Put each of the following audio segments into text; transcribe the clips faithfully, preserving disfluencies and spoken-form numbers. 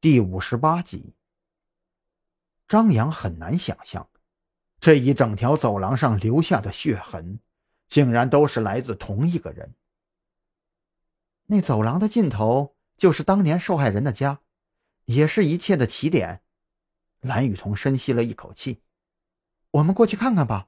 第五十八集。张扬很难想象，这一整条走廊上留下的血痕，竟然都是来自同一个人。那走廊的尽头就是当年受害人的家，也是一切的起点。蓝雨桐深吸了一口气，我们过去看看吧。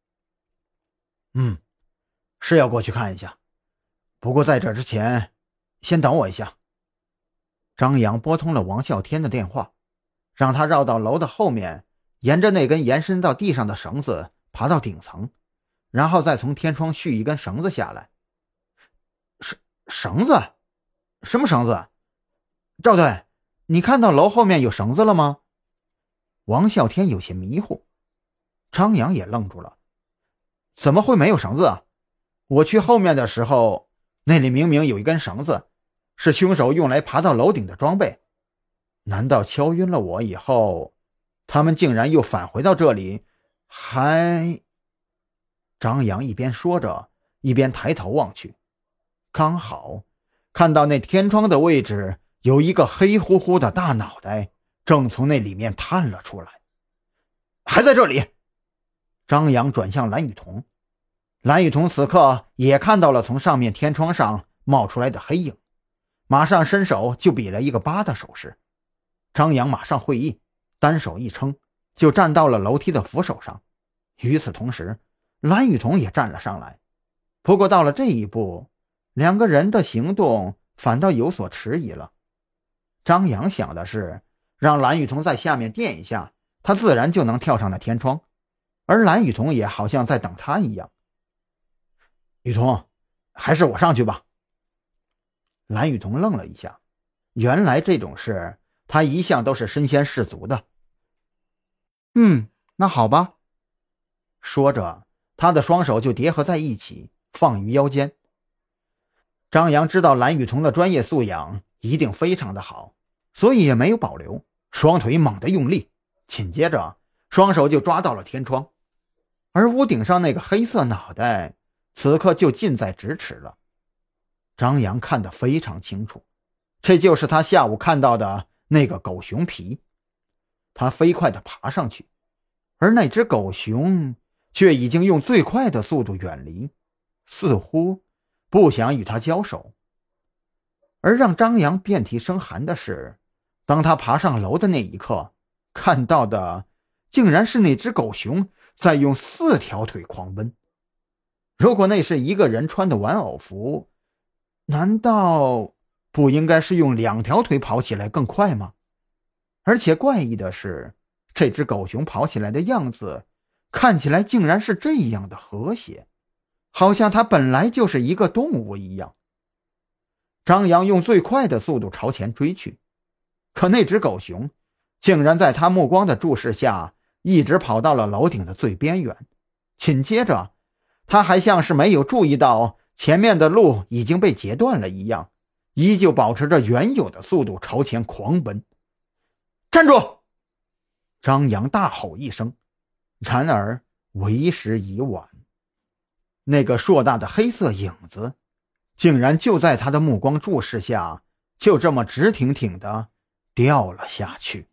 嗯，是要过去看一下，不过在这之前，先等我一下。张扬拨通了王啸天的电话，让他绕到楼的后面，沿着那根延伸到地上的绳子爬到顶层，然后再从天窗续一根绳子下来。绳绳子？什么绳子？赵队，你看到楼后面有绳子了吗？王啸天有些迷糊，张扬也愣住了。怎么会没有绳子啊？我去后面的时候，那里明明有一根绳子，是凶手用来爬到楼顶的装备。难道敲晕了我以后，他们竟然又返回到这里，还……张扬一边说着，一边抬头望去，刚好看到那天窗的位置有一个黑乎乎的大脑袋正从那里面探了出来。还在这里！张扬转向蓝雨桐，蓝雨桐此刻也看到了从上面天窗上冒出来的黑影，马上伸手就比了一个八的手势。张扬马上会意，单手一撑，就站到了楼梯的扶手上。与此同时，蓝雨桐也站了上来。不过到了这一步，两个人的行动反倒有所迟疑了。张扬想的是让蓝雨桐在下面垫一下，他自然就能跳上那天窗，而蓝雨桐也好像在等他一样。雨桐，还是我上去吧。蓝雨桐愣了一下，原来这种事他一向都是身先士卒的。嗯，那好吧。说着，他的双手就叠合在一起，放于腰间。张扬知道蓝雨桐的专业素养一定非常的好，所以也没有保留，双腿猛地用力，紧接着双手就抓到了天窗，而屋顶上那个黑色脑袋此刻就近在咫尺了。张扬看得非常清楚，这就是他下午看到的那个狗熊皮。他飞快地爬上去，而那只狗熊却已经用最快的速度远离，似乎不想与他交手。而让张扬遍体生寒的是，当他爬上楼的那一刻，看到的竟然是那只狗熊在用四条腿狂奔。如果那是一个人穿的玩偶服，难道不应该是用两条腿跑起来更快吗？而且怪异的是，这只狗熊跑起来的样子看起来竟然是这样的和谐，好像它本来就是一个动物一样。张扬用最快的速度朝前追去，可那只狗熊竟然在他目光的注视下一直跑到了楼顶的最边缘，紧接着他还像是没有注意到前面的路已经被截断了一样，依旧保持着原有的速度朝前狂奔。站住！张扬大吼一声，然而为时已晚。那个硕大的黑色影子竟然就在他的目光注视下就这么直挺挺地掉了下去。